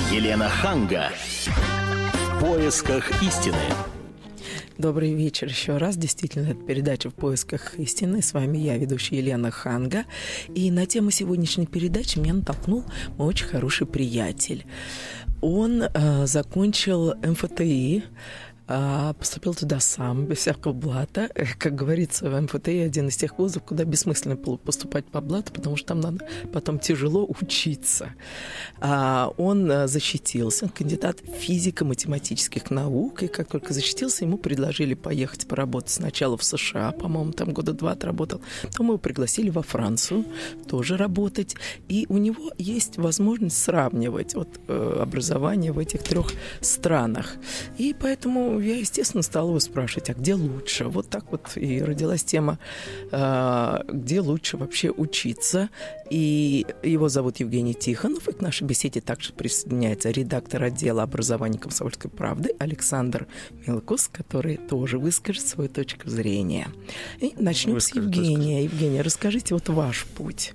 Елена Ханга. В поисках истины. Добрый вечер еще раз. Действительно, это передача «В поисках истины». С вами я, ведущая Елена Ханга. И на тему сегодняшней передачи меня натолкнул мой очень хороший приятель. Он закончил МФТИ, поступил туда сам, без всякого блата. Как говорится, в МФТИ один из тех вузов, куда бессмысленно поступать по блату, потому что там надо потом тяжело учиться. Он защитился, он кандидат физико-математических наук, и как только защитился, ему предложили поехать поработать сначала в США, по-моему, там года 2 отработал, потом его пригласили во Францию тоже работать, и у него есть возможность сравнивать образование в этих 3 странах. И поэтому я, естественно, стала его спрашивать, а где лучше? Вот так вот и родилась тема, где лучше вообще учиться. И его зовут Евгений Тихонов, и к нашей беседе также присоединяется редактор отдела образования «Комсомольской правды» Александр Милкус, который тоже выскажет свою точку зрения. И начнем с Евгения. Евгений, расскажите ваш путь.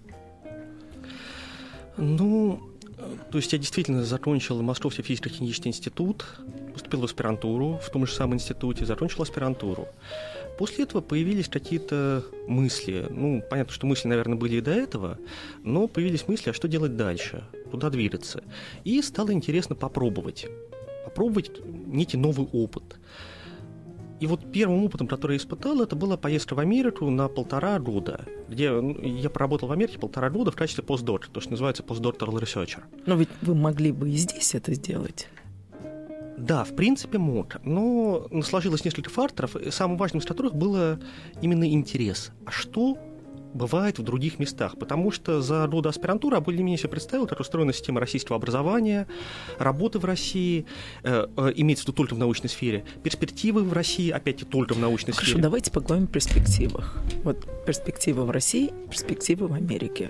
То есть я действительно закончил Московский физико-технический институт, поступил в аспирантуру в том же самом институте, закончил аспирантуру. После этого появились какие-то мысли. Понятно, что мысли, наверное, были и до этого, но появились мысли, а что делать дальше, куда двигаться. И стало интересно попробовать некий новый опыт. И первым опытом, который я испытал, это была поездка в Америку на 1,5 года, где я проработал в Америке 1,5 года в качестве постдоктора, то, что называется постдокторал ресерчер. Но ведь вы могли бы и здесь это сделать. Да, в принципе, мог, но сложилось несколько факторов, самым важным из которых было именно интерес. А что бывает в других местах? Потому что за годы аспирантуры я более-менее себе представил, как устроена система российского образования, работы в России, имеется в виду только в научной сфере, перспективы в России, опять-таки, только в научной сфере. Хорошо, давайте поговорим о перспективах. Перспективы в России, перспективы в Америке.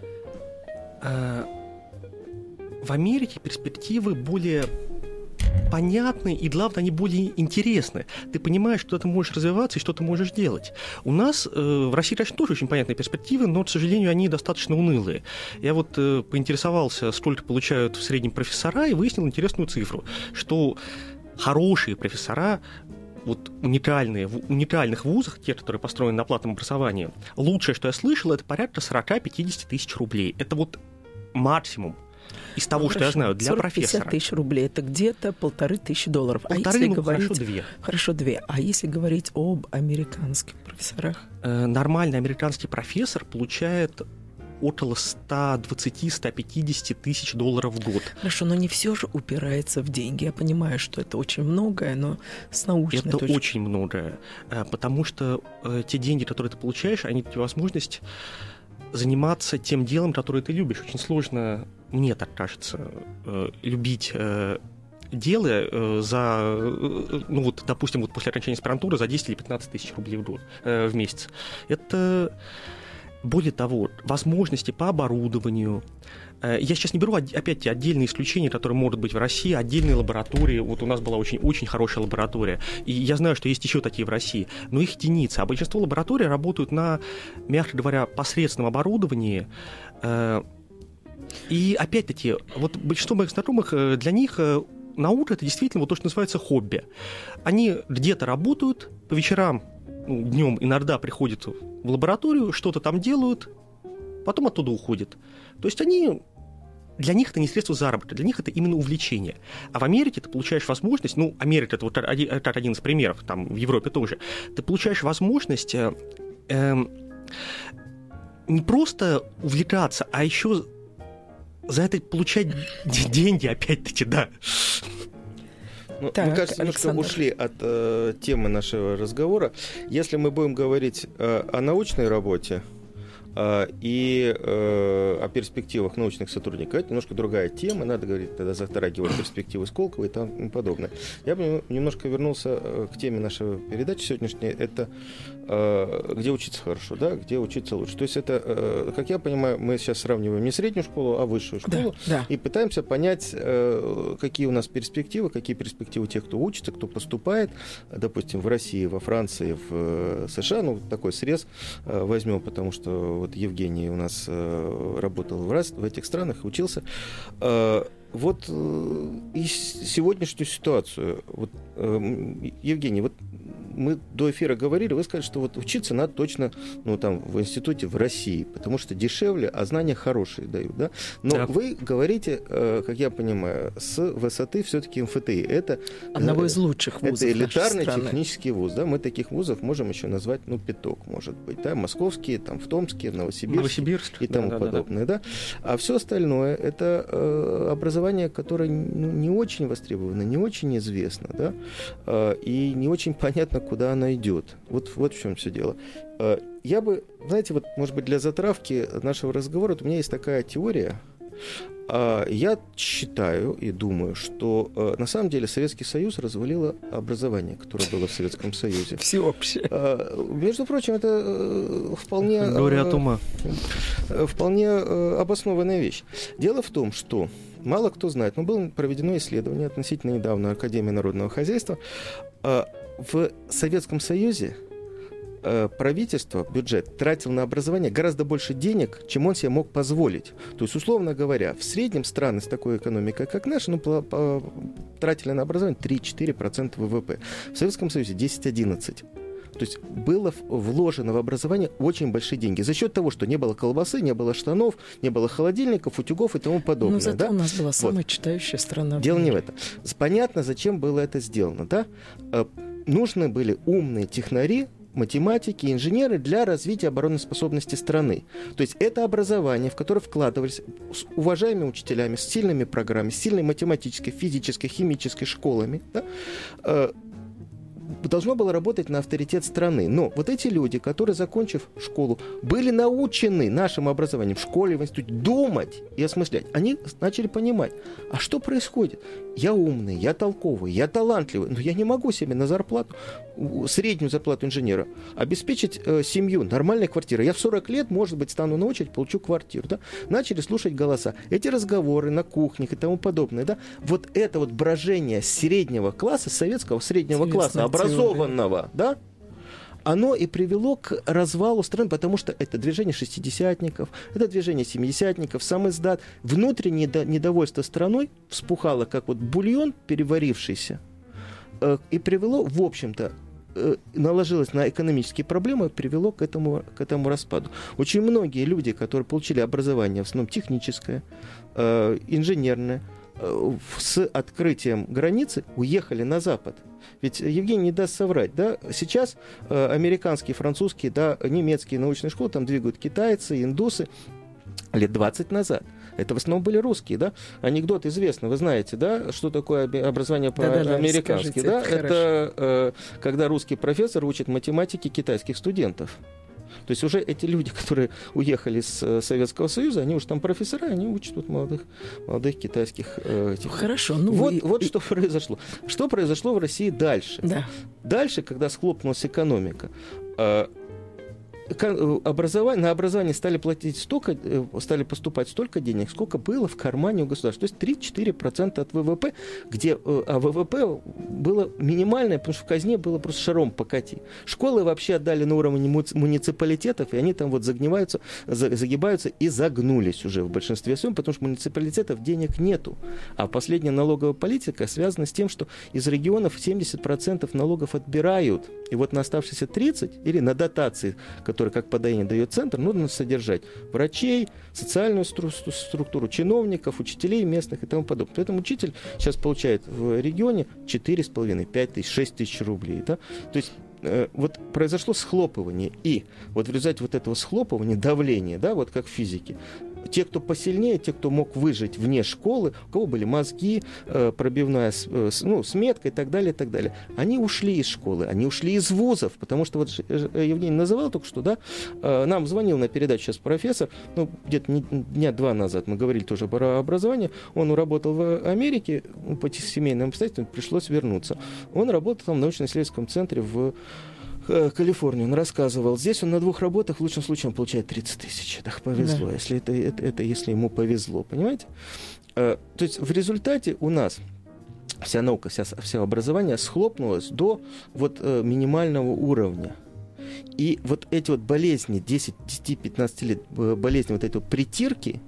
В Америке перспективы более понятны и, главное, они более интересны. Ты понимаешь, что ты можешь развиваться и что ты можешь делать. У нас в России, конечно, тоже очень понятные перспективы, но, к сожалению, они достаточно унылые. Я поинтересовался, сколько получают в среднем профессора, и выяснил интересную цифру, что хорошие профессора в уникальных вузах, те, которые построены на платном образовании, лучшее, что я слышал, это порядка 40-50 тысяч рублей. Это максимум из того, что я знаю, для профессора. 50 тысяч рублей – это где-то $1500. Хорошо, 2. А если говорить об американских профессорах? Нормальный американский профессор получает около 120-150 тысяч долларов в год. Хорошо, но не все же упирается в деньги. Я понимаю, что это очень многое, но с научной точки зрения. Это очень многое, потому что те деньги, которые ты получаешь, они дают возможность заниматься тем делом, которое ты любишь. Очень сложно, мне так кажется, любить дело допустим, после окончания аспирантуры за 10 или 15 тысяч рублей в месяц. Это, более того, возможности по оборудованию. Я сейчас не беру, опять отдельные исключения, которые могут быть в России, отдельные лаборатории. У нас была очень хорошая лаборатория. И я знаю, что есть еще такие в России, но их единицы. А большинство лабораторий работают на, мягко говоря, посредственном оборудовании. И опять-таки, большинство моих знакомых, для них наука – это действительно то, что называется хобби. Они где-то работают, по вечерам, днем иногда приходят в лабораторию, что-то там делают, потом оттуда уходят. То есть для них это не средство заработка, для них это именно увлечение. А в Америке ты получаешь возможность, Америка – это как один из примеров, там в Европе тоже, ты получаешь возможность не просто увлекаться, а еще за это получать деньги, опять-таки, да. Мне кажется, немножко ушли от темы нашего разговора. Если мы будем говорить о научной работе и о перспективах научных сотрудников, это немножко другая тема, надо говорить, тогда затрагивать перспективы Сколково и тому подобное. Я бы немножко вернулся к теме нашей передачи сегодняшней, это где учиться хорошо, да, где учиться лучше. То есть это, как я понимаю, мы сейчас сравниваем не среднюю школу, а высшую школу, и пытаемся понять, какие у нас перспективы, какие перспективы тех, кто учится, кто поступает, допустим, в России, во Франции, в США, такой срез возьмем, потому что Евгений у нас работал в этих странах, учился. Вот и сегодняшнюю ситуацию. Вот, Евгений, вот мы до эфира говорили, вы сказали, что вот учиться надо точно, ну, там, в институте в России, потому что дешевле, а знания хорошие дают, да? Но да. Вы говорите, как я понимаю, с высоты все-таки МФТИ. Это одного из лучших вузов. Это элитарный технический вуз, да? Мы таких вузов можем еще назвать, ну, пяток, может быть, да? Московские, там, в Томске, в Новосибирске и тому подобное, да? А все остальное это образование, которое не очень востребовано, не очень известно, да? И не очень понятно, куда она идет. Вот в чем все дело. Я бы, знаете, вот, может быть, для затравки нашего разговора, вот у меня есть такая теория. Я считаю и думаю, что на самом деле Советский Союз развалило образование, которое было в Советском Союзе. Всеобщее. Между прочим, это вполне... Говоря от ума. Вполне обоснованная вещь. Дело в том, что мало кто знает, но было проведено исследование относительно недавно Академии народного хозяйства. В Советском Союзе правительство, бюджет тратил на образование гораздо больше денег, чем он себе мог позволить. То есть, условно говоря, в среднем страны с такой экономикой, как наша, тратили на образование 3-4% ВВП. В Советском Союзе 10-11%. То есть было вложено в образование очень большие деньги. За счет того, что не было колбасы, не было штанов, не было холодильников, утюгов и тому подобное. Но зато да? у нас была самая читающая страна. Дело не в этом. Понятно, зачем было это сделано. Да? Нужны были умные технари, математики, инженеры для развития обороноспособности страны. То есть это образование, в которое вкладывались с уважаемыми учителями, с сильными программами, с сильной математической, физической, химической школами, да? Должно было работать на авторитет страны. Но вот эти люди, которые, закончив школу, были научены нашим образованием в школе, в институте думать и осмыслять, они начали понимать, а что происходит? Я умный, я толковый, я талантливый, но я не могу себе на зарплату, среднюю зарплату инженера, обеспечить семью, нормальной квартирой. Я в 40 лет, может быть, стану на очередь, получу квартиру. Да? Начали слушать голоса. Эти разговоры на кухнях и тому подобное. Да? Вот это вот брожение среднего класса, советского среднего класса, образованного, да, оно и привело к развалу страны, потому что это движение шестидесятников, это движение семидесятников, самиздат, внутреннее недовольство страной вспухало, как вот бульон, переварившийся, и привело, в общем-то, наложилось на экономические проблемы, привело к этому распаду. Очень многие люди, которые получили образование, в основном техническое, инженерное, с открытием границы уехали на Запад. Ведь Евгений не даст соврать, да? Сейчас американские, французские, да, немецкие научные школы там двигают китайцы, индусы. Лет 20 назад это в основном были русские, да? Анекдот известный, вы знаете, да, что такое образование американское, да? Это когда русский профессор учит математике китайских студентов. То есть уже эти люди, которые уехали с Советского Союза, они уже там профессора, они учат тут молодых китайских... Хорошо. Ну вот что произошло. Что произошло в России дальше? Да. Дальше, когда схлопнулась экономика, на образование стали поступать столько денег, сколько было в кармане у государства. То есть 3-4% от ВВП, а ВВП было минимальное, потому что в казне было просто шаром покати. Школы вообще отдали на уровень муниципалитетов, и они там вот загибаются и загнулись уже в большинстве своем, потому что муниципалитетов денег нету. А последняя налоговая политика связана с тем, что из регионов 70% налогов отбирают. И вот на оставшиеся 30% или на дотации, которые как подаяние дает центр, нужно содержать врачей, социальную структуру, чиновников, учителей местных и тому подобное. Поэтому учитель сейчас получает в регионе 4,5, 5 тысяч, 6 тысяч рублей. Да? То есть вот произошло схлопывание, и вот в результате вот этого схлопывания, давления, да, вот как в физике, те, кто посильнее, те, кто мог выжить вне школы, у кого были мозги, пробивная с меткой и так далее, они ушли из школы, они ушли из вузов, потому что вот Евгений называл только что, да, нам звонил на передачу сейчас профессор, где-то дня 2 назад мы говорили тоже про образование, он работал в Америке, по семейным обстоятельствам пришлось вернуться. Он работал там в научно-исследовательском центре в Калифорнии, он рассказывал, здесь он на 2 работах в лучшем случае он получает 30 тысяч. Так повезло, да. Если ему повезло, понимаете? То есть в результате у нас вся наука, все образование схлопнулось до вот минимального уровня. И вот эти вот болезни, 10-15 лет болезни, вот этой вот притирки,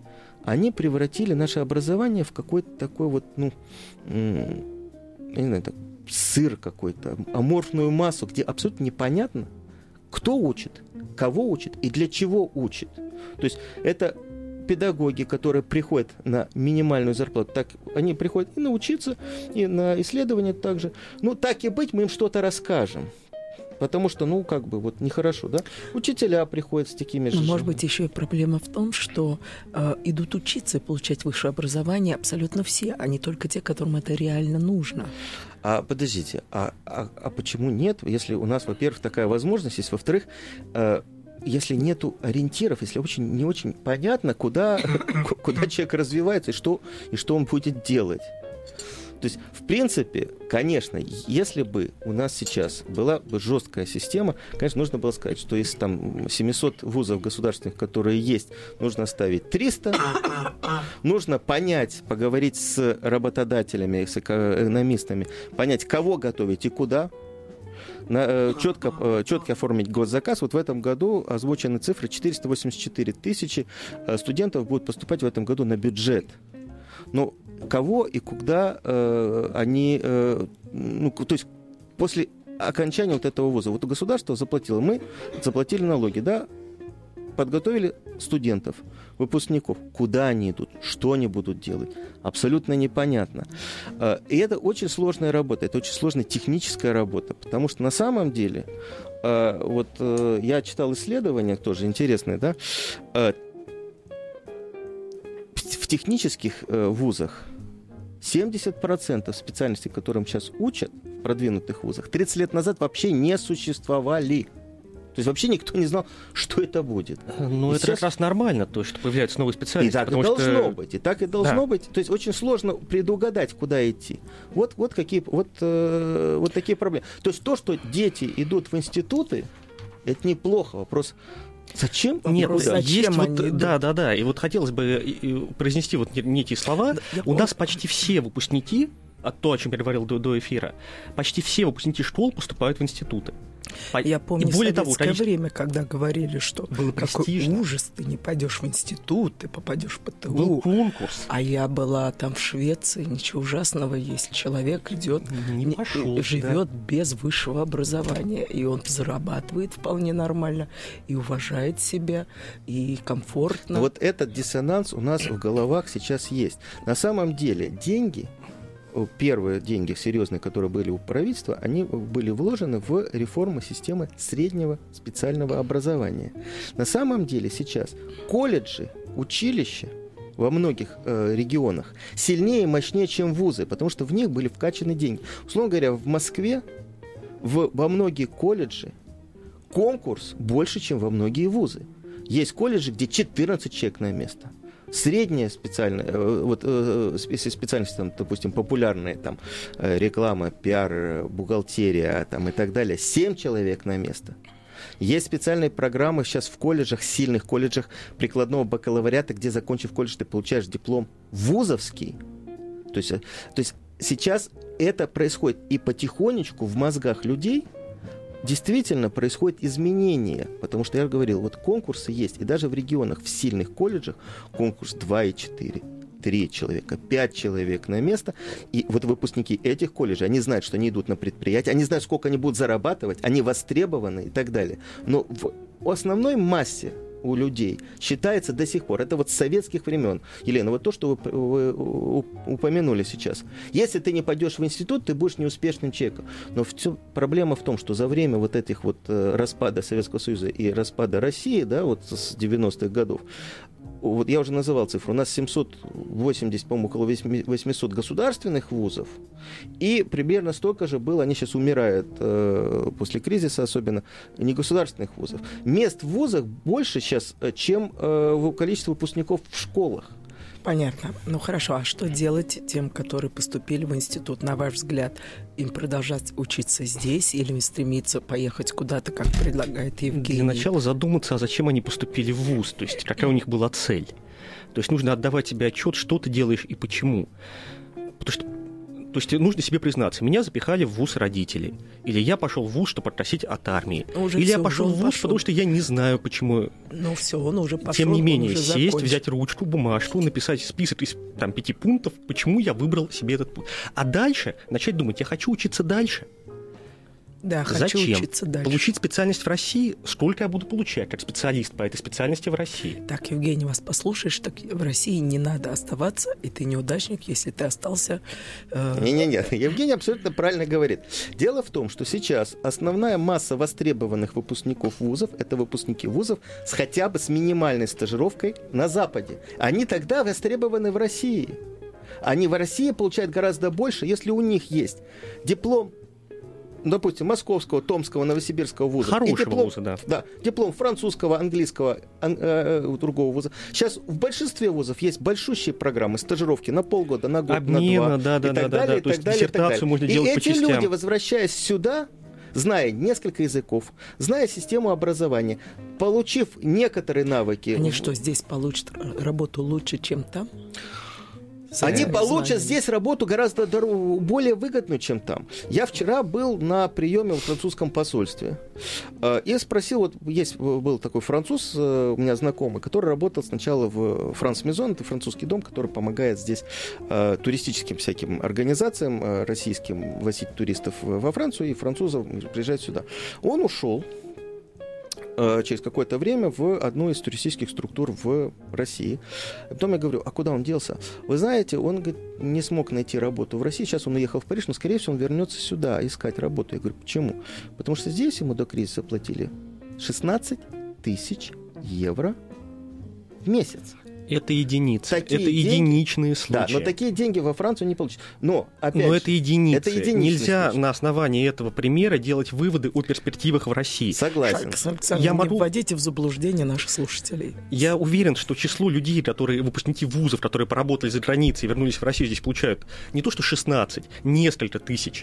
они превратили наше образование в какой-то такой вот, я не знаю, сыр какой-то, аморфную массу, где абсолютно непонятно, кто учит, кого учит и для чего учит. То есть это педагоги, которые приходят на минимальную зарплату, так они приходят и научиться, и на исследования также. Так и быть, мы им что-то расскажем. Потому что, нехорошо, да? Учителя приходят с такими же... Может быть, еще и проблема в том, что идут учиться и получать высшее образование абсолютно все, а не только те, которым это реально нужно. Подождите, почему нет? Если у нас, во-первых, такая возможность есть, во-вторых, если нету ориентиров, если не очень понятно, куда человек развивается и что он будет делать. То есть, в принципе, конечно, если бы у нас сейчас была бы жесткая система, конечно, нужно было сказать, что из 700 вузов государственных, которые есть, нужно оставить 300, нужно понять, поговорить с работодателями, с экономистами, понять, кого готовить и куда, четко оформить госзаказ. Вот в этом году озвучены цифры: 484 тысячи студентов будут поступать в этом году на бюджет. Но кого и куда они... то есть после окончания вот этого вуза, вот государство заплатило, мы заплатили налоги, да, подготовили студентов, выпускников. Куда они идут, что они будут делать, абсолютно непонятно. И это очень сложная работа, это очень сложная техническая работа, потому что на самом деле, я читал исследования, тоже интересные, да, в технических вузах 70% специальностей, которым сейчас учат в продвинутых вузах, 30 лет назад вообще не существовали. То есть вообще никто не знал, что это будет. Ну, это как раз нормально, то, что появляются новые специальности. И так и должно быть. И так и должно быть. То есть очень сложно предугадать, куда идти. Вот такие проблемы. То есть то, что дети идут в институты, это неплохо. Вопрос... Зачем? Нет, зачем они? Да. И вот хотелось бы произнести вот некие слова. У нас почти все выпускники, то, о чем я говорил до эфира, почти все выпускники школ поступают в институты. Я помню советское время, когда говорили, что какой ужас, ты не пойдешь в институт, ты попадешь в ПТУ. Был конкурс. А я была там в Швеции, ничего ужасного есть. Человек идет, живет без высшего образования, и он зарабатывает вполне нормально, и уважает себя, и комфортно. Вот этот диссонанс у нас в головах сейчас есть. На самом деле первые деньги серьезные, которые были у правительства, они были вложены в реформу системы среднего специального образования. На самом деле сейчас колледжи, училища во многих регионах сильнее и мощнее, чем вузы, потому что в них были вкачаны деньги. Условно говоря, в Москве во многие колледжи конкурс больше, чем во многие вузы. Есть колледжи, где 14 человек на место. Средняя специальная, если специальности, там, допустим, популярные, там, реклама, пиар, бухгалтерия там, и так далее, 7 человек на место. Есть специальные программы сейчас в колледжах, сильных колледжах прикладного бакалавриата, где, закончив колледж, ты получаешь диплом вузовский. То есть сейчас это происходит, и потихонечку в мозгах людей действительно происходит изменение, потому что я говорил, вот конкурсы есть, и даже в регионах, в сильных колледжах конкурс 2,4, 3 человека, 5 человек на место, и вот выпускники этих колледжей, они знают, что они идут на предприятие, они знают, сколько они будут зарабатывать, они востребованы и так далее. Но в основной массе у людей считается до сих пор, это вот с советских времен, Елена, вот то, что вы упомянули сейчас. Если ты не пойдешь в институт, ты будешь неуспешным человеком. Но проблема в том, что за время вот этих вот распада Советского Союза и распада России, да, вот с 90-х годов, вот я уже называл цифру, у нас 780, по-моему, около 800 государственных вузов, и примерно столько же было, они сейчас умирают после кризиса особенно, негосударственных вузов. Мест в вузах больше сейчас, чем количество выпускников в школах. Понятно. Ну хорошо, а что делать тем, которые поступили в институт? На ваш взгляд, им продолжать учиться здесь или стремиться поехать куда-то, как предлагает Евгений? Для начала задуматься, а зачем они поступили в вуз, то есть какая у них была цель. То есть нужно отдавать себе отчет, что ты делаешь и почему. Потому что То есть нужно себе признаться, меня запихали в вуз родители, или я пошел в вуз, чтобы оттащить от армии, или я пошел в вуз, потому что я не знаю, почему. Ну все, он уже пошел. Тем не менее, сесть, взять ручку, бумажку, написать список из 5 пунктов, почему я выбрал себе этот путь. А дальше начать думать, я хочу учиться дальше. Да, хочу Зачем? учиться дальше. Получить специальность в России, сколько я буду получать как специалист по этой специальности в России. Так, Евгений, вас послушаешь, так в России не надо оставаться, и ты неудачник, если ты остался... Не-не-не, Евгений абсолютно правильно говорит. Дело в том, что сейчас основная масса востребованных выпускников вузов — это выпускники вузов с хотя бы с минимальной стажировкой на Западе. Они тогда востребованы в России. Они в России получают гораздо больше, если у них есть диплом, допустим, Московского, Томского, Новосибирского вуза. Хорошего вуза, да. Да, диплом французского, английского, другого вуза. Сейчас в большинстве вузов есть большущие программы, стажировки на полгода, на год, обмена, на 2, и так далее, и так далее. То есть диссертацию можно делать по частям. И эти люди, возвращаясь сюда, зная несколько языков, зная систему образования, получив некоторые навыки... Они что, здесь получат работу лучше, чем там? Они получат здесь работу гораздо более выгодную, чем там. Я вчера был на приеме в французском посольстве и спросил, был такой француз, у меня знакомый, который работал сначала в France Maison, это французский дом, который помогает здесь туристическим всяким организациям российским возить туристов во Францию, и французов приезжать сюда. Он ушел через какое-то время в одну из туристических структур в России. Потом я говорю, а куда он делся? Вы знаете, он говорит, не смог найти работу в России, сейчас он уехал в Париж, но, скорее всего, он вернется сюда искать работу. Я говорю, почему? Потому что здесь ему до кризиса платили 16 тысяч евро в месяц. Это единицы, это единичные случаи. Да, но такие деньги во Францию не получат. Но это единицы. Это нельзя случай. На основании этого примера делать выводы о перспективах в России. Согласен. Не вводите в заблуждение наших слушателей. Я уверен, что число людей, выпускники вузов, которые поработали за границей и вернулись в Россию, здесь получают не то что 16, несколько тысяч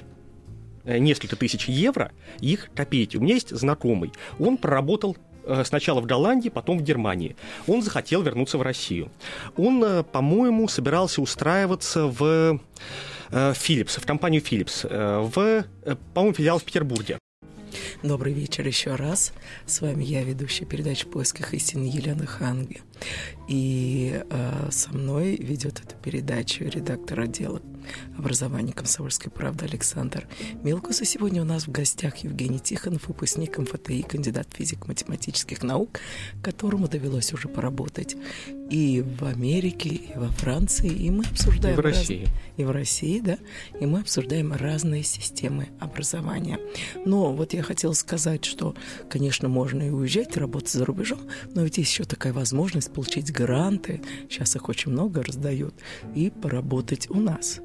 евро, их копейки. У меня есть знакомый, он проработал сначала в Голландии, потом в Германии. Он захотел вернуться в Россию. Он, по-моему, собирался устраиваться в Philips, в компанию Philips, по-моему, филиал в Петербурге. Добрый вечер еще раз. С вами я, ведущая передачи «В поисках истины» Елена Ханга. И со мной ведет эту передачу редактор отдела образования «Комсомольской правды» Александр Милкус. И сегодня у нас в гостях Евгений Тихонов, выпускник МФТИ, кандидат физико-математических наук, которому довелось уже поработать и в Америке, и во Франции. И мы обсуждаем... И в России. И в России, да. И мы обсуждаем разные системы образования. Но вот я хотела сказать, что, конечно, можно и уезжать, работать за рубежом, но ведь есть еще такая возможность получить гранты, сейчас их очень много раздают, и поработать у нас.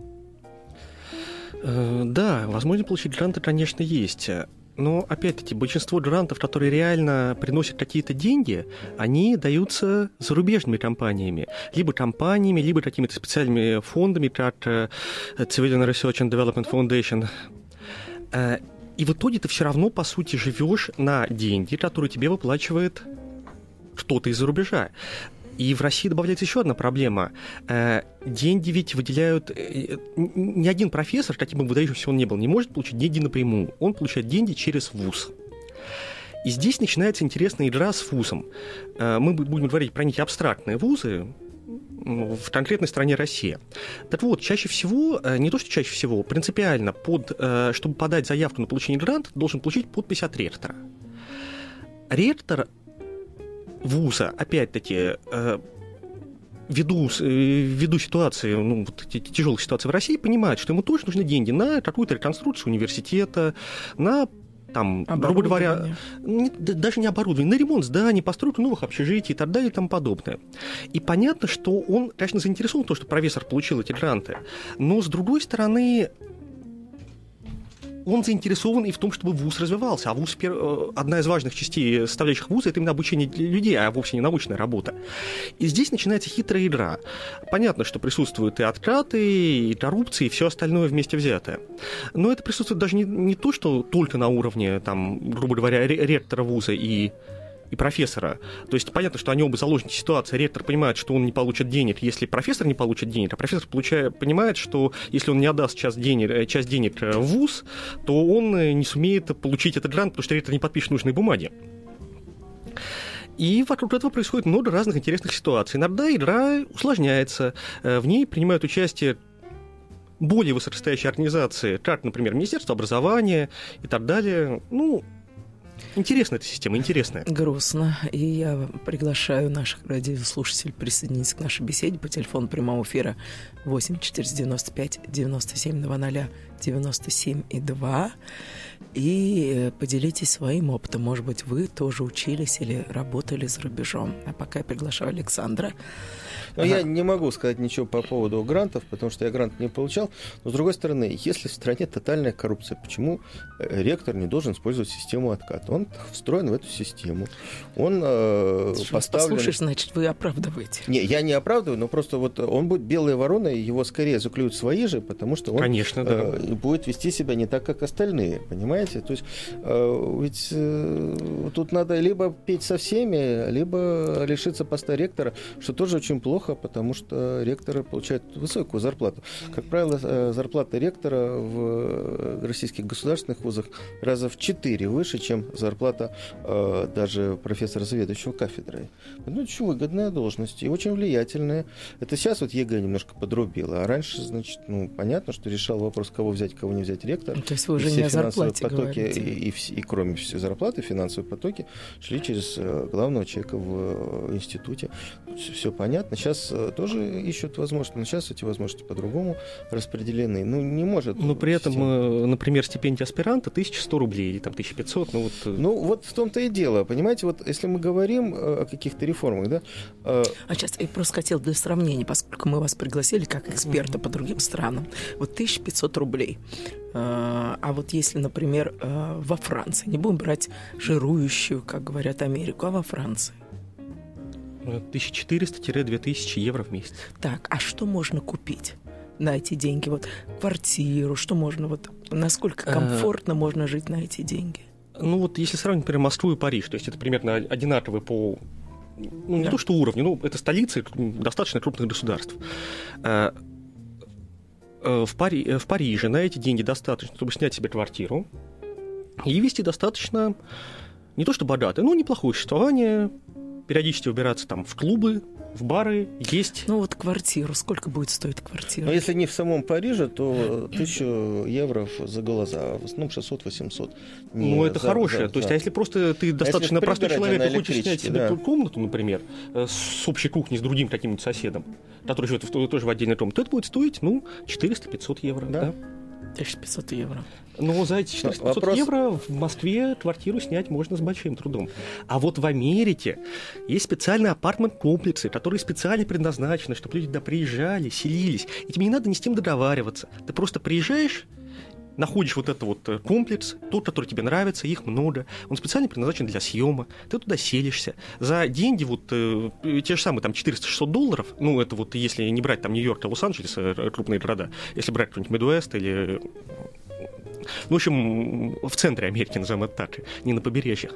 Да, возможность получить гранты, конечно, есть. Но, опять-таки, большинство грантов, которые реально приносят какие-то деньги, они даются зарубежными компаниями. Либо компаниями, либо какими-то специальными фондами, как Civilian Research and Development Foundation. И в итоге ты все равно, по сути, живешь на деньги, которые тебе выплачивает кто-то из-за рубежа. И в России добавляется еще одна проблема. Деньги ведь выделяют... Ни один профессор, каким бы выдающимся он ни был, не может получить деньги напрямую. Он получает деньги через вуз. И здесь начинается интересная игра с вузом. Мы будем говорить про некие абстрактные вузы в конкретной стране Россия. Так вот, чаще всего, не то что чаще всего, принципиально, чтобы подать заявку на получение гранта, должен получить подпись от ректора. Ректор вуза, опять-таки, ввиду ситуации, тяжелых ситуаций в России, понимает, что ему тоже нужны деньги на какую-то реконструкцию университета, на, грубо говоря, даже не оборудование, на ремонт зданий, постройку новых общежитий и так далее и тому подобное. И понятно, что он, конечно, заинтересован в том, что профессор получил эти гранты, но, с другой стороны, он заинтересован и в том, чтобы вуз развивался. А вуз, одна из важных частей, составляющих вуза, это именно обучение людей, а вовсе не научная работа. И здесь начинается хитрая игра. Понятно, что присутствуют и откаты, и коррупция, и все остальное вместе взятое. Но это присутствует даже не то, что только на уровне, грубо говоря, ректора вуза и и профессора. То есть понятно, что они оба заложники ситуации. Ректор понимает, что он не получит денег, если профессор не получит денег, а профессор понимает, что если он не отдаст часть денег в вуз, то он не сумеет получить этот грант, потому что ректор не подпишет нужные бумаги. И вокруг этого происходит много разных интересных ситуаций. Иногда игра усложняется, в ней принимают участие более высокостоящие организации, как, например, Министерство образования и так далее. Ну, интересная эта система, интересная. Грустно. И я приглашаю наших радиослушателей присоединиться к нашей беседе по телефону прямого эфира 8 495 97 00 97,2. И поделитесь своим опытом. Может быть, вы тоже учились или работали за рубежом. А пока я приглашаю Александра. Но я не могу сказать ничего по поводу грантов, потому что я грант не получал. Но, с другой стороны, если в стране тотальная коррупция, почему ректор не должен использовать систему отката? Он встроен в эту систему. Он поставлен... Послушай, значит, вы оправдываете. Не, я не оправдываю, но просто вот он будет белой вороной, его скорее заклюют свои же, потому что он Конечно, да. будет вести себя не так, как остальные, понимаете? То есть ведь тут надо либо петь со всеми, либо лишиться поста ректора, что тоже очень плохо, потому что ректоры получают высокую зарплату. Как правило, зарплата ректора в российских государственных вузах раза в 4 выше, чем зарплата даже профессора заведующего кафедрой. Ну, очень выгодная должность и очень влиятельная. Это сейчас вот ЕГЭ немножко подрубило, а раньше, значит, понятно, что решал вопрос, кого взять, кого не взять ректор. То есть вы уже не о зарплате потоки, и кроме всей зарплаты, финансовые потоки шли через главного человека в институте. Все понятно. Сейчас тоже ищут возможности, но сейчас эти возможности по-другому распределены. Ну, не может... Но при этом, например, стипендия аспиранта 1100 рублей или там 1500. Ну, вот в том-то и дело. Понимаете, вот если мы говорим о каких-то реформах, да... А сейчас я просто хотела для сравнения, поскольку мы вас пригласили как эксперта по другим странам. Вот 1500 рублей. А вот если, например, во Франции, не будем брать жирующую, как говорят, Америку, а во Франции? 1400-2000 евро в месяц. Так, а что можно купить на эти деньги? Вот квартиру, что можно, вот насколько комфортно можно жить на эти деньги? Ну вот если сравнить, например, Москву и Париж, то есть это примерно одинаковые по... Ну, не то что уровню, но это столицы достаточно крупных государств. В Париже на эти деньги достаточно, чтобы снять себе квартиру и вести достаточно, не то что богатое, но неплохое существование, периодически убираться там в клубы, в бары, есть. Ну вот квартиру, сколько будет стоить квартира? Но если не в самом Париже, то 1000 евро за глаза, в основном 600-800. Ну это хорошее, то есть а если просто ты достаточно простой человек и хочешь снять себе комнату, например, с общей кухней с другим каким-нибудь соседом, который живет тоже в отдельной комнате, то это будет стоить, 400-500 евро. Да? 1500 евро. Но за эти 400-500 евро в Москве квартиру снять можно с большим трудом. А вот в Америке есть специальные апартмент-комплексы, которые специально предназначены, чтобы люди туда приезжали, селились. И тебе не надо ни с кем договариваться. Ты просто приезжаешь, находишь вот этот вот комплекс, тот, который тебе нравится, их много. Он специально предназначен для съема. Ты туда селишься. За деньги вот те же самые там $400-600, ну это вот если не брать там Нью-Йорк, а Лос-Анджелес, крупные города, если брать какой-нибудь Мидуэст или... Ну, в общем, в центре Америки, назовем это так, не на побережьях.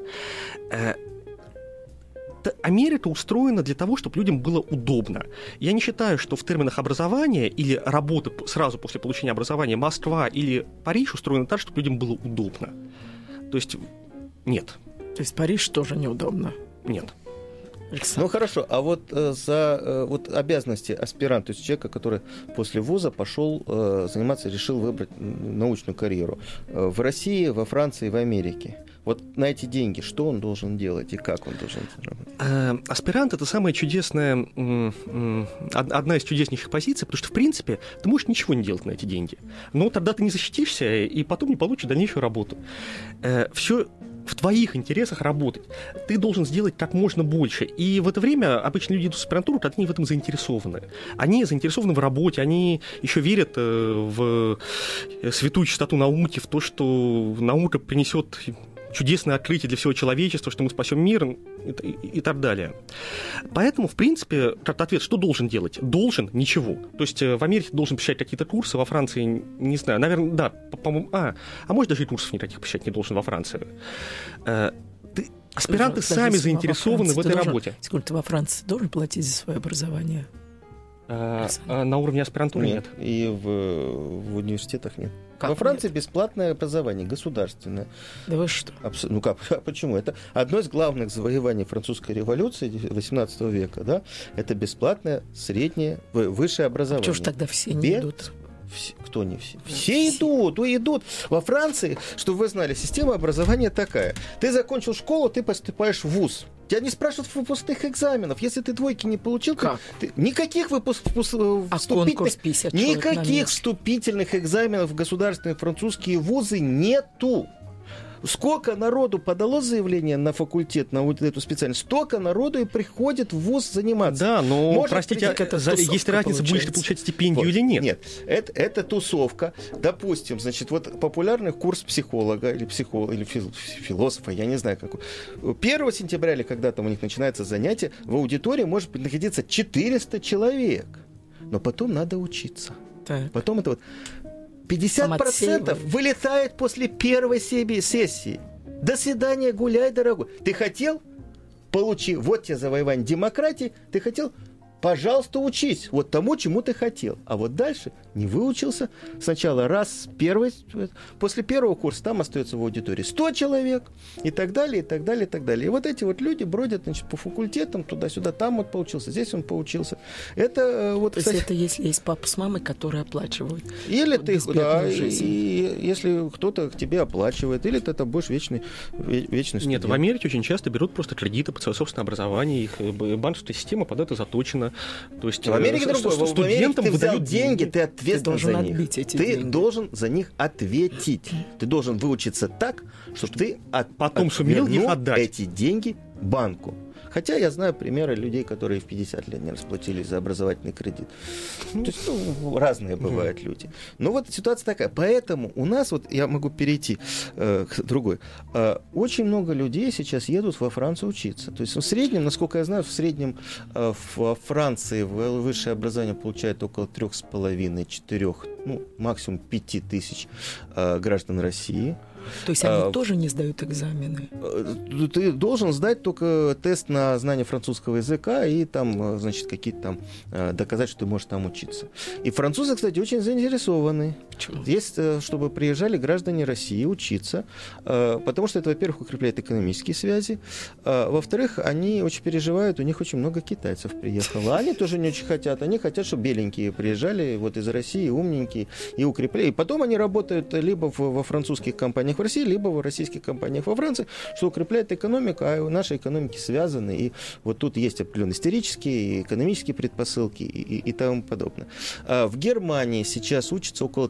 Америка устроена для того, чтобы людям было удобно. Я не считаю, что в терминах образования или работы сразу после получения образования Москва или Париж устроены так, чтобы людям было удобно. То есть нет. То есть Париж тоже неудобно? Нет. Александр. Ну хорошо, а вот за обязанности аспиранта, то есть человека, который после вуза пошел заниматься, решил выбрать научную карьеру в России, во Франции, в Америке. Вот на эти деньги что он должен делать и как он должен заработать? Аспирант — это самая чудесная, одна из чудеснейших позиций, потому что, в принципе, ты можешь ничего не делать на эти деньги. Но тогда ты не защитишься и потом не получишь дальнейшую работу. Все в твоих интересах работать. Ты должен сделать как можно больше. И в это время обычно люди идут в аспирантуру, когда они в этом заинтересованы. Они заинтересованы в работе, они еще верят в святую чистоту науки, в то, что наука принесет чудесное открытие для всего человечества, что мы спасем мир и так далее. Поэтому, в принципе, как ответ, что должен делать? Должен ничего. То есть в Америке должен посещать какие-то курсы, во Франции, не знаю, наверное, да, по-моему, может, даже и курсов никаких посещать не должен во Франции. Аспиранты сами заинтересованы в этой работе. Сколько ты во Франции должен платить за свое образование? На уровне аспирантуры нет. И в университетах нет. Как Во Франции нет? Бесплатное образование, государственное. Да вы что? Ну как, а почему? Это одно из главных завоеваний французской революции XVIII века, да? Это бесплатное среднее, высшее образование. Чего ж тогда все не идут? Кто не все? Все идут. Во Франции, чтобы вы знали, система образования такая. Ты закончил школу, ты поступаешь в вуз. Тебя не спрашивают выпускных экзаменов. Если ты двойки не получил, никаких вступительных экзаменов в государственные французские вузы нету. Сколько народу подало заявление на факультет, на вот эту специальность, столько народу и приходит в вуз заниматься. Да, но, простите, есть разница, будешь ты получать стипендию или нет. Нет, это тусовка. Допустим, значит, вот популярный курс психолога или философа, я не знаю какой. 1 сентября или когда там у них начинается занятие, в аудитории может находиться 400 человек. Но потом надо учиться. Так. Потом это вот 50% вылетает после первой сессии. До свидания, гуляй, дорогой. Ты хотел? Получи. Вот тебе завоевание демократии. Ты хотел? Пожалуйста, учись вот тому, чему ты хотел. А вот дальше не выучился. Сначала после первого курса там остается в аудитории 100 человек и так далее, и так далее, и так далее. И вот эти вот люди бродят, значит, по факультетам туда-сюда. Там вот поучился, здесь он поучился. Это вот, то есть это если есть папа с мамой, которые оплачивают. Или ты, да, и если кто-то к тебе оплачивает, или ты там будешь вечный студент. Нет, в Америке очень часто берут просто кредиты под свое собственное образование. Их банковская система под это заточена. То есть в Америке другое. В Америке ты взял деньги, ты ответственен за них. Ты должен за них ответить. Ты должен выучиться так, чтобы ты потом сумел их отдать эти деньги банку. Хотя я знаю примеры людей, которые в 50 лет не расплатились за образовательный кредит. То есть, разные бывают люди. Но вот ситуация такая. Поэтому у нас, вот я могу перейти к другой. Очень много людей сейчас едут во Францию учиться. То есть в среднем, насколько я знаю, в среднем во Франции высшее образование получает около 3,5-4, максимум 5 тысяч граждан России. То есть они тоже не сдают экзамены? Ты должен сдать только тест на знание французского языка и там, значит, какие-то там доказать, что ты можешь там учиться. И французы, кстати, очень заинтересованы. Почему? Есть, чтобы приезжали граждане России учиться, потому что это, во-первых, укрепляет экономические связи, во-вторых, они очень переживают, у них очень много китайцев приехало. Они тоже не очень хотят. Они хотят, чтобы беленькие приезжали вот из России, умненькие, и укрепляли. И потом они работают либо во французских компаниях в России, либо в российских компаниях во Франции, что укрепляет экономику, а наши экономики связаны, и вот тут есть определенные исторические, экономические предпосылки и тому подобное. В Германии сейчас учатся около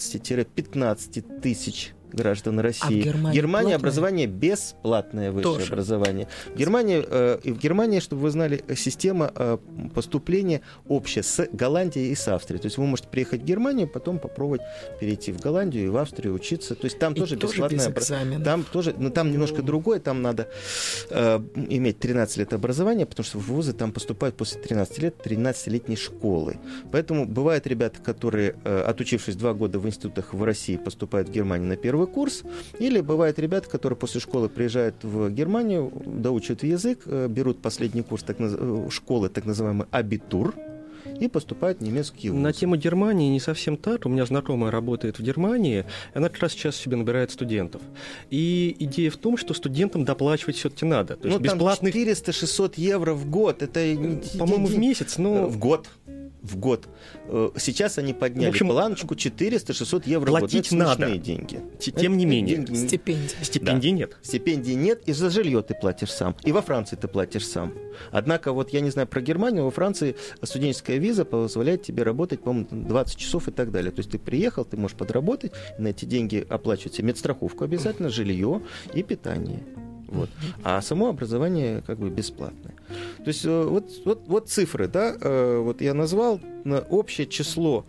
13-15 тысяч граждан России. В Германии образование бесплатное, высшее образование. В Германии, чтобы вы знали, система поступления общая с Голландией и с Австрией. То есть вы можете приехать в Германию, потом попробовать перейти в Голландию и в Австрию учиться. То есть там тоже бесплатное образование. Там тоже, но там немножко другое. Там надо иметь 13 лет образования, потому что в вузы там поступают после 13 лет 13-летней школы. Поэтому бывают ребята, которые, отучившись 2 года в институтах в России, поступают в Германию на первый курс, или бывают ребята, которые после школы приезжают в Германию, доучивают язык, берут последний курс школы, так называемый абитур, и поступают в немецкий вуз. На тему Германии не совсем так. У меня знакомая работает в Германии, и она как раз сейчас себе набирает студентов. И идея в том, что студентам доплачивать все-таки надо. То есть бесплатных... 400-600 евро в год. Это, по-моему, в месяц, но... В год. Сейчас они подняли планочку 400-600 евро в год. Платить надо. Деньги. Тем не менее. Стипендии нет. Стипендий нет, и за жилье ты платишь сам. И во Франции ты платишь сам. Однако, вот я не знаю про Германию, во Франции студенческая виза позволяет тебе работать, по-моему, 20 часов и так далее. То есть ты приехал, ты можешь подработать, на эти деньги оплачивать себе медстраховку обязательно, жилье и питание. Вот. А само образование как бы бесплатное. То есть вот цифры, да, вот я назвал общее число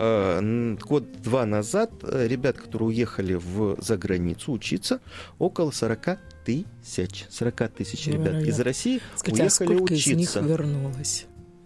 год-два назад ребят, которые уехали за границу учиться, около 40 тысяч ребят из России. Скажите, уехали сколько учиться. Из них вернулось?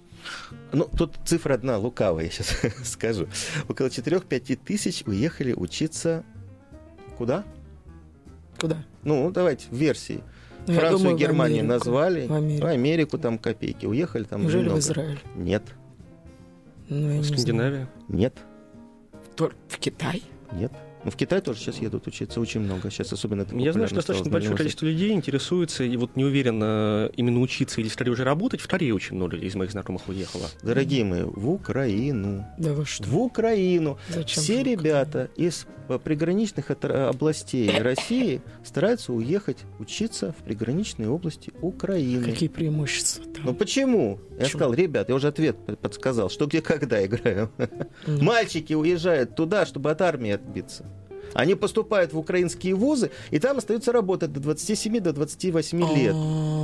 Тут цифра одна лукавая, я сейчас скажу. Около 4-5 тысяч уехали учиться куда? Куда? Давайте в версии. Францию и Германию назвали, в Америку там копейки. Уехали там неужели много. В Израиль? Нет. В Скандинавию? Нет. В Китай? Нет. Ну, в Китай тоже сейчас едут учиться очень много. Сейчас особенно это Я знаю, что достаточно большое количество людей интересуется и вот не уверен именно учиться или скорее уже работать. В Корее очень много из моих знакомых уехало. Дорогие мои, в Украину. Да вы что? В Украину. Зачем все ребята из приграничных областей России стараются уехать учиться в приграничные области Украины. Какие преимущества там? Ну почему? Я сказал, ребят, я уже ответ подсказал, что где когда играю. Мальчики уезжают туда, чтобы от армии отбиться. Они поступают в украинские вузы, и там остаются работать до 27, до 28 лет.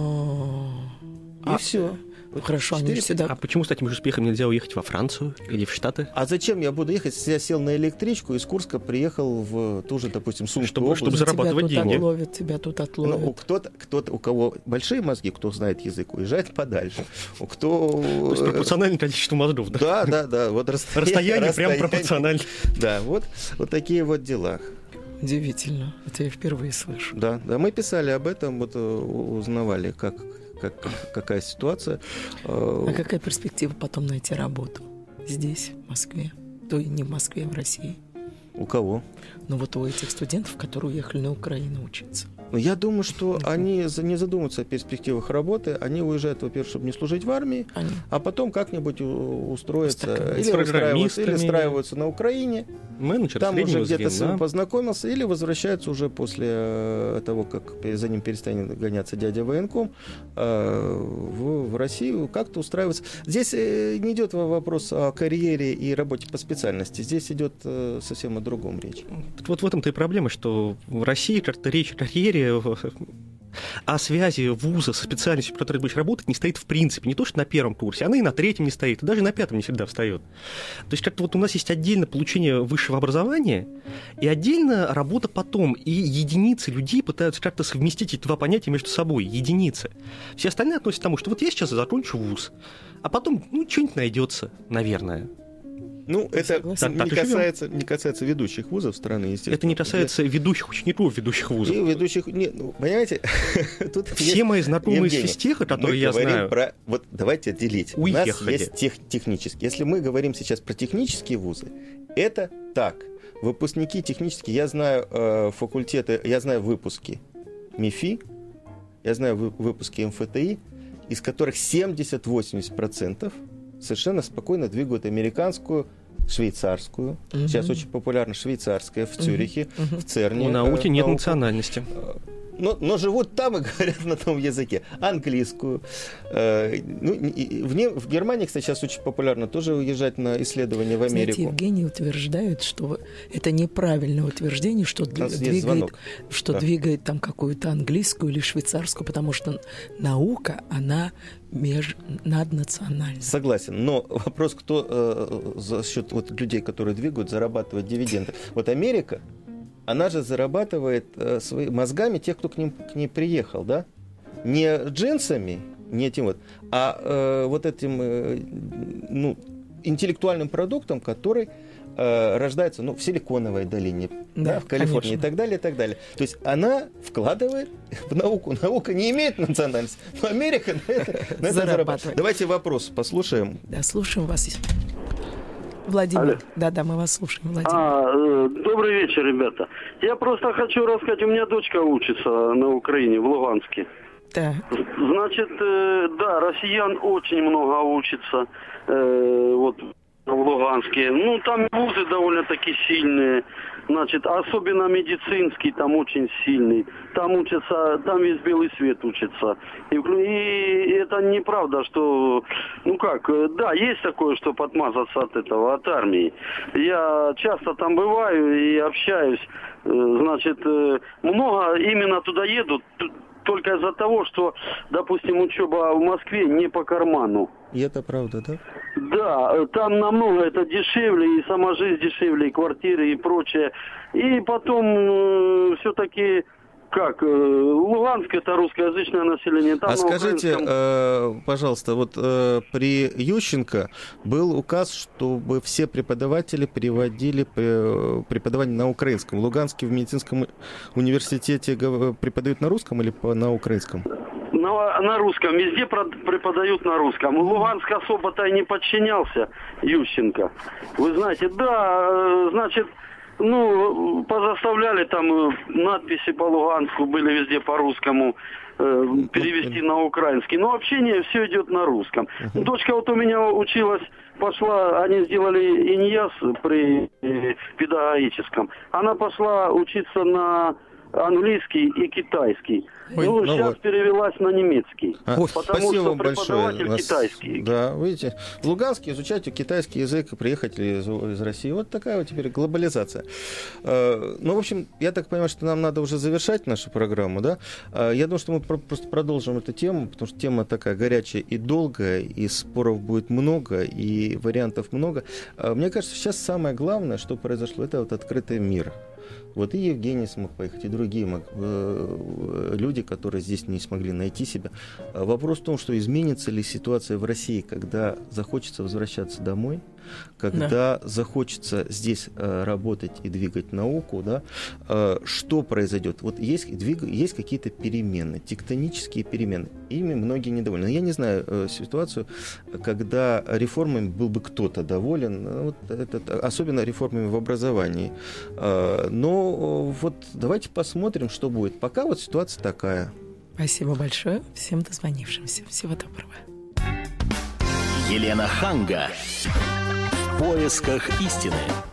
И все. Хорошо, они всегда... А почему с таким же успехом нельзя уехать во Францию или в Штаты? А зачем я буду ехать, если я сел на электричку из Курска приехал в ту же, допустим, Сумскую область? Чтобы зарабатывать деньги. Тебя тут отловят. Ну, кто-то, у кого большие мозги, кто знает язык, уезжает подальше. То есть пропорционально количеству мозгов, да? Да. Вот расстояние прям пропорционально. Да, вот такие вот дела. Удивительно. Это я впервые слышу. Да, мы писали об этом, вот узнавали, какая ситуация. А какая перспектива потом найти работу здесь, в Москве? То и не в Москве, а в России. У кого? Ну вот у этих студентов, которые уехали на Украину учиться. Я думаю, что они не задумываются о перспективах работы. Они уезжают, во-первых, чтобы не служить в армии, а потом как-нибудь устроиться или устраиваются на Украине. Менеджер, там уже где-то с ним познакомился, или возвращаются уже после того, как за ним перестанет гоняться дядя военком, в Россию как-то устраиваться. Здесь не идет вопрос о карьере и работе по специальности. Здесь идет совсем о другом речь. Вот в этом-то и проблема, что в России как-то речь о карьере, о связи вуза со специальностью, по которой ты будешь работать, не стоит в принципе. Не то, что на первом курсе, она и на третьем не стоит, и даже на пятом не всегда встает. То есть как-то вот у нас есть отдельно получение высшего образования и отдельно работа потом. И единицы людей пытаются как-то совместить эти два понятия между собой. Единицы. Все остальные относятся к тому, что вот я сейчас закончу вуз, а потом что-нибудь найдется, наверное. Ну, это не касается ведущих вузов страны, естественно. Это не касается ведущих учеников ведущих вузов. И ведущих... понимаете, тут все мои знакомые из физтеха, которые я знаю... Вот давайте отделить. Уехали. У нас есть технические. Если мы говорим сейчас про технические вузы, это так. Выпускники технические, я знаю факультеты, я знаю выпуски МИФИ, я знаю выпуски МФТИ, из которых 70-80% совершенно спокойно двигают американскую, швейцарскую. Сейчас очень популярна швейцарская в Цюрихе, в ЦЕРНе. У науки нет национальности. Но живут там и говорят на том языке. Английскую. В Германии, кстати, сейчас очень популярно тоже уезжать на исследования в Америку. Знаете, Евгений утверждает, что это неправильное утверждение, что двигает там какую-то английскую или швейцарскую, потому что наука, она наднациональная. Согласен, но вопрос, кто за счет людей, которые двигают, зарабатывает дивиденды. Вот Америка, она же зарабатывает своими мозгами тех, кто к ней приехал, да? Не джинсами, не этим а вот этим интеллектуальным продуктом, который рождается в Силиконовой долине, в Калифорнии, конечно. И так далее, и так далее. То есть она вкладывает в науку. Наука не имеет национальности, но Америка на это зарабатывает. Давайте вопрос послушаем. Да, слушаем вас. Владимир. Да, мы вас слушаем, Владимир. Добрый вечер, ребята. Я просто хочу рассказать, у меня дочка учится на Украине, в Луганске. Да. Значит, россиян очень много учится в Луганске. Там вузы довольно-таки сильные. Значит, особенно медицинский там очень сильный. Там учатся, там весь белый свет учится. И это неправда, что... есть такое, что отмазаться от армии. Я часто там бываю и общаюсь. Значит, много именно туда едут только из-за того, что, допустим, учеба в Москве не по карману. И это правда, да? Да, там намного это дешевле, и сама жизнь дешевле, и квартиры, и прочее. И потом все-таки как? Луганск — это русскоязычное население. Там скажите, пожалуйста, вот при Ющенко был указ, чтобы все преподаватели переводили преподавание на украинском. В Луганске в медицинском университете преподают на русском или на украинском? На русском. Везде преподают на русском. Луганск особо-то и не подчинялся Ющенко. Вы знаете, да, значит, позаставляли там надписи по Луганску, были везде по-русскому, перевести на украинский. Но общение все идет на русском. Дочка вот у меня училась, пошла, они сделали ИНЯС при педагогическом. Она пошла учиться на английский и китайский. Сейчас перевелась на немецкий. Потому что преподаватель большое. Китайский. Да, видите, в Луганске изучать китайский язык и приехать из России. Вот такая вот теперь глобализация. В общем, я так понимаю, что нам надо уже завершать нашу программу, да? Я думаю, что мы просто продолжим эту тему, потому что тема такая горячая и долгая, и споров будет много, и вариантов много. Мне кажется, сейчас самое главное, что произошло, это вот открытый мир. Вот и Евгений смог поехать, и другие люди, которые здесь не смогли найти себя. Вопрос в том, что изменится ли ситуация в России, когда захочется возвращаться домой, когда захочется здесь работать и двигать науку, да, что произойдет? Вот есть какие-то перемены, тектонические перемены. Ими многие недовольны. Я не знаю ситуацию, когда реформами был бы кто-то доволен, особенно реформами в образовании. Но вот давайте посмотрим, что будет. Пока вот ситуация такая. Спасибо большое всем дозвонившимся. Всего доброго. Елена Ханга. В поисках истины.